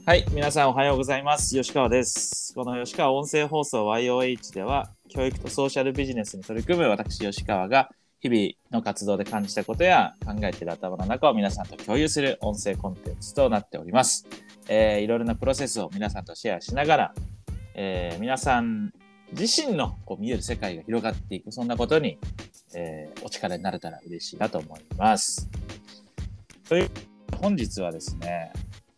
はい、皆さんおはようございます。吉川です。この吉川音声放送 YOH では、教育とソーシャルビジネスに取り組む私吉川が日々の活動で感じたことや考えている頭の中を皆さんと共有する音声コンテンツとなっております。いろいろなプロセスを皆さんとシェアしながら、皆さん自身の見える世界が広がっていく、そんなことに、お力になれたら嬉しいなと思います。という本日はですね、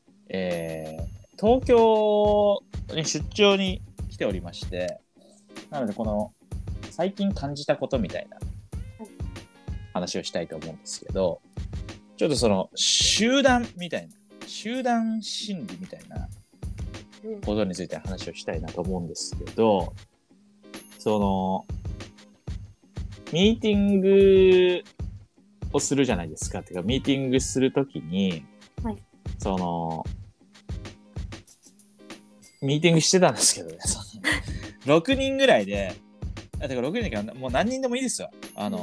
東京に出張に来ておりまして、なのでこの最近感じたことみたいな話をしたいと思うんですけど、ちょっとその集団みたいな、集団心理みたいなことについて話をしたいなと思うんですけど、そのミーティングをするじゃないですか。てかミーティングするときに、 はい、 そのミーティングしてたんですけどね、6人ぐらいで、てか6人かもう何人でもいいですよ。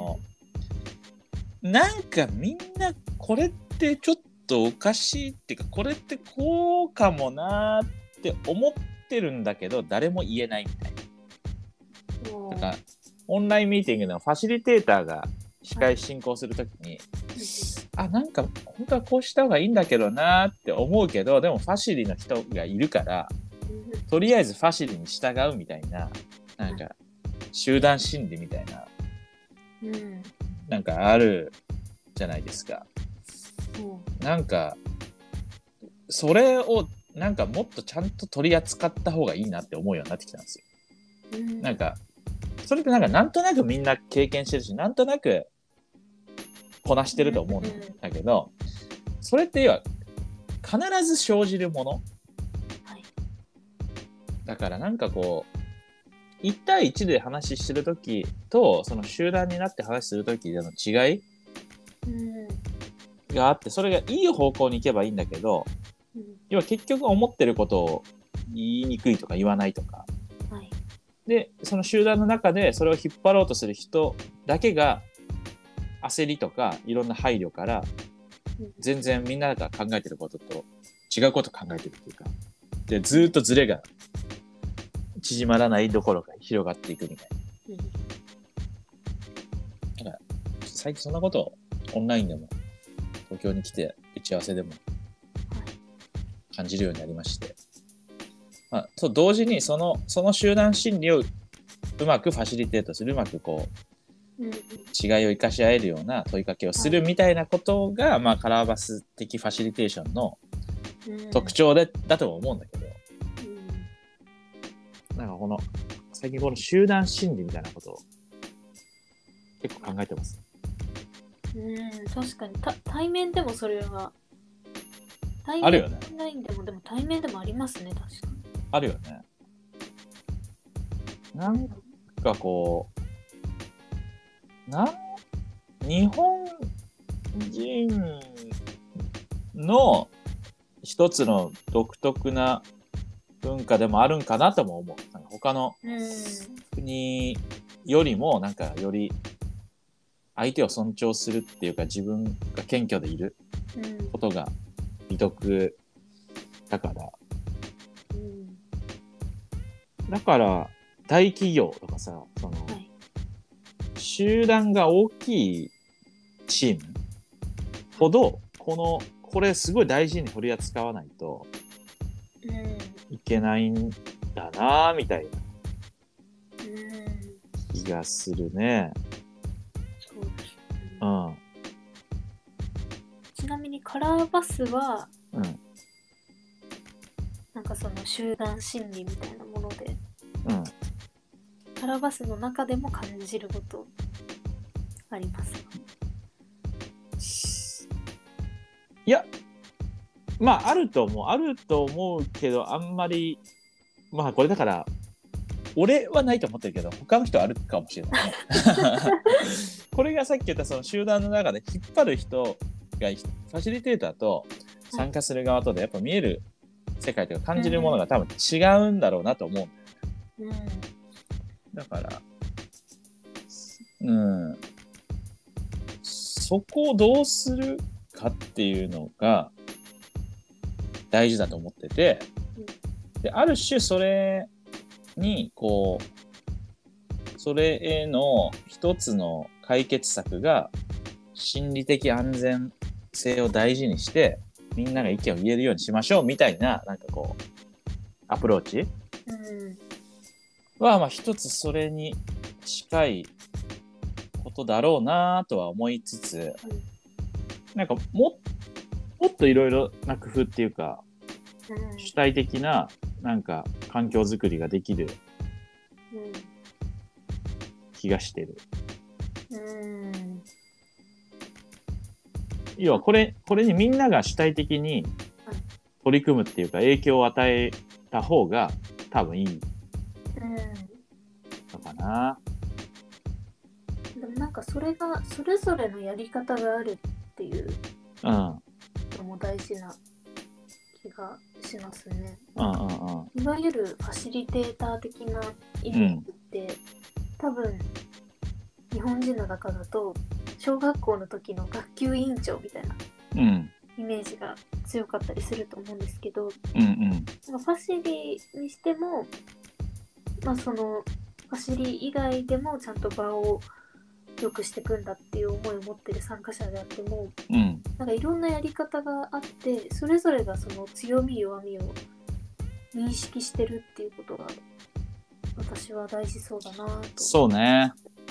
なんかみんなこれってちょっとおかしいっていうか、これってこうかもなーって思ってるんだけど誰も言えないみたいな。だからオンラインミーティングのファシリテーターが司会進行するときに、なんか本当はこうした方がいいんだけどなーって思うけど、でもファシリの人がいるからとりあえずファシリに従うみたいな、なんか集団心理みたいな、なんかあるじゃないですか。なんかそれをなんかもっとちゃんと取り扱った方がいいなって思うようになってきたんですよ。なんかそれってなんとなくみんな経験してるし、なんとなくこなしてると思うんだけど、それって要は必ず生じるもの。だからなんか1対1で話してるときと、その集団になって話するときでの違いがあって、それがいい方向に行けばいいんだけど、要は結局思ってることを言いにくいとか言わないとか。で、その集団の中でそれを引っ張ろうとする人だけが焦りとかいろんな配慮から、全然みんなが考えてることと違うことを考えてるっていうか、で、ずっとズレが縮まらないどころか広がっていくみたいな。だから最近そんなことをオンラインでも東京に来て打ち合わせでも感じるようになりまして、と同時にその集団心理をうまくファシリテートする、うまく違いを生かし合えるような問いかけをするみたいなことが、カラーバス的ファシリテーションの特徴だと思うんだけど、なんか最近この集団心理みたいなことを結構考えてます。 確かに対面でもそれはあるよね。 オンラインでも対面でもありますね。確かにあるよね。なんか日本人の一つの独特な文化でもあるんかなとも思う。なんか他の国よりもなんかより相手を尊重するっていうか、自分が謙虚でいることが美徳だから、だから大企業とかさ、集団が大きいチームほどこれすごい大事に取り扱わないといけないんだなみたいな気がするね。 そうですね。ちなみにカラーバスは、なんかその集団心理みたいなもので、カラーバスの中でも感じることありますか？ いや、あると思うけど、あんまりこれだから俺はないと思ってるけど、他の人はあるかもしれないね。これがさっき言ったその集団の中で引っ張る人がファシリテーターと参加する側とでやっぱ見える世界というか感じるものが多分違うんだろうなと思うんだよね。だからそこをどうするかっていうのが大事だと思ってて、 うんである種それにこうそれへの一つの解決策が心理的安全性を大事にしてみんなが意見を言えるようにしましょうみたいななんかこうアプローチうんはまあ一つそれに近いことだろうなとは思いつつ、なんかもっといろいろな工夫っていうか主体的ななんか環境づくりができる気がしてる。要はこれにみんなが主体的に取り組むっていうか影響を与えた方が多分いいのかな。 でもなんかそれがそれぞれのやり方があるっていうのも大事な気がしますね。いわゆるファシリテーター的なイメージって、多分日本人の中だと小学校の時の学級委員長みたいなイメージが強かったりすると思うんですけど、ファシリにしても、まあ、そのファシリ以外でもちゃんと場を良くしていくんだっていう思いを持ってる参加者であっても、なんかいろんなやり方があってそれぞれがその強み弱みを認識してるっていうことが私は大事そうだなと。 そうね。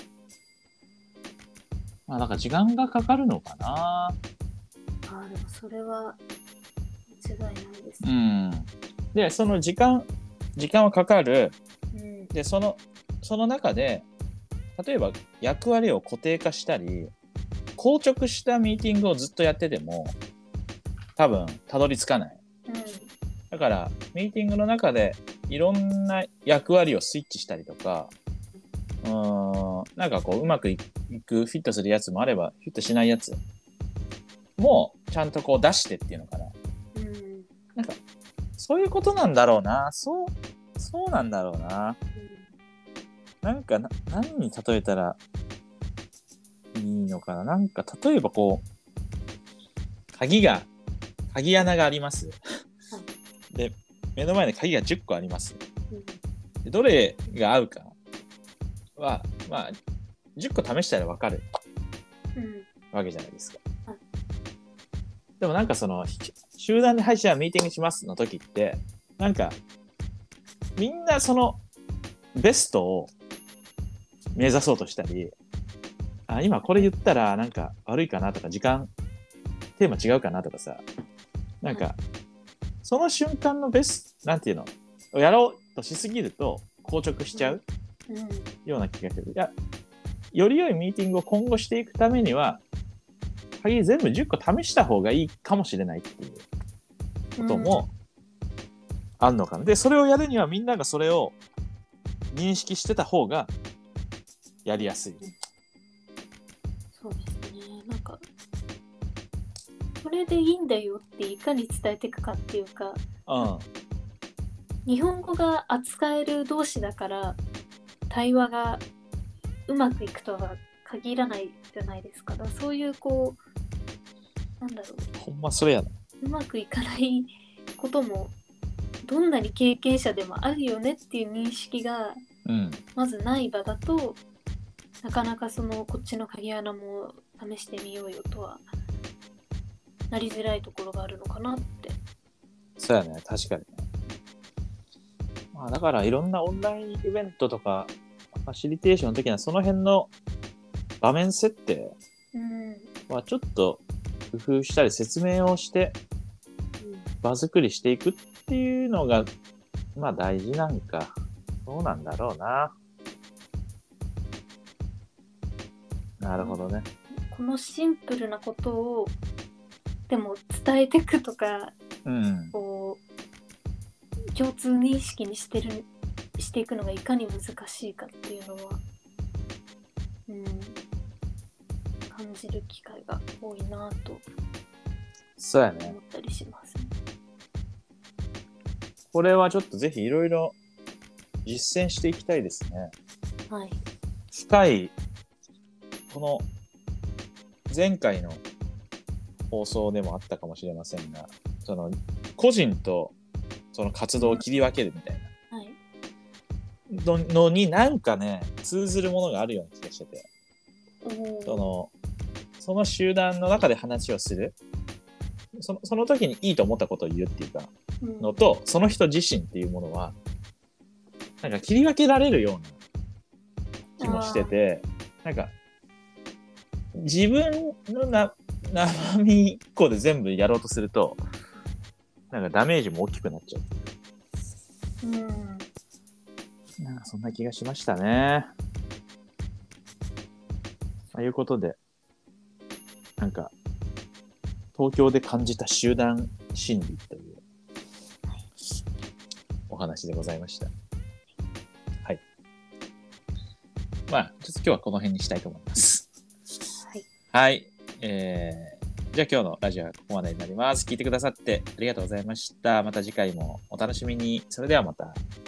まあだから時間がかかるのかな。 でもそれは間違いないです、 でその時間はかかる。でその中で例えば役割を固定化したり硬直したミーティングをずっとやってても多分たどり着かない、だからミーティングの中でいろんな役割をスイッチしたりとかなんかこううまくいくフィットするやつもあればフィットしないやつもちゃんとこう出してっていうのかな、なんかそういうことなんだろうな。そうなんだろうな。なんか何に例えたらいいのかな。なんか例えばこう鍵穴がありますで目の前に鍵が10個あります、でどれが合うかはまあ10個試したら分かる、わけじゃないですか、でもなんかその集団ではいじゃあミーティングしますの時ってなんかみんなそのベストを目指そうとしたり、今これ言ったらなんか悪いかなとかテーマ違うかなとかさ、なんかその瞬間のなんていうのやろうとしすぎると硬直しちゃうような気がする。いや、より良いミーティングを今後していくためには鍵全部10個試した方がいいかもしれないっていうこともあるのかな。でそれをやるにはみんながそれを認識してた方がやりやすい。 そうですね。なんかそれでいいんだよっていかに伝えていくかっていうか、日本語が扱える同士だから対話がうまくいくとは限らないじゃないですか。だからそういうこうなんだろう。 ほんまそれやな。 うまくいかないこともどんなに経験者でもあるよねっていう認識がまずない場だと、なかなかそのこっちの鍵穴も試してみようよとはなりづらいところがあるのかなって。 そうやね、確かにね。まあだからいろんなオンラインイベントとかファシリテーションの時にはその辺の場面設定はちょっと工夫したり説明をして場作りしていくっていうのがまあ大事なんか。そうなんだろうな。なるほどね。 このシンプルなことをでも伝えていくとか、こう共通認識にしていくのがいかに難しいかっていうのは、感じる機会が多いなとそうやね。 思ったりしますね。 これはちょっとぜひいろいろ実践していきたいですね。 はい。 深いこの前回の放送でもあったかもしれませんが、その個人とその活動を切り分けるみたいな、のになんかね通ずるものがあるような気がしてて、その集団の中で話をする、その時にいいと思ったことを言うっていうかのと、その人自身っていうものはなんか切り分けられるような気もしてて、なんか自分の生身1個で全部やろうとするとなんかダメージも大きくなっちゃう。なんかそんな気がしましたね。ということで、なんか東京で感じた集団心理というお話でございました。はい。まあちょっと今日はこの辺にしたいと思います。はい。じゃあ今日のラジオはここまでになります。聞いてくださってありがとうございました。また次回もお楽しみに。それではまた。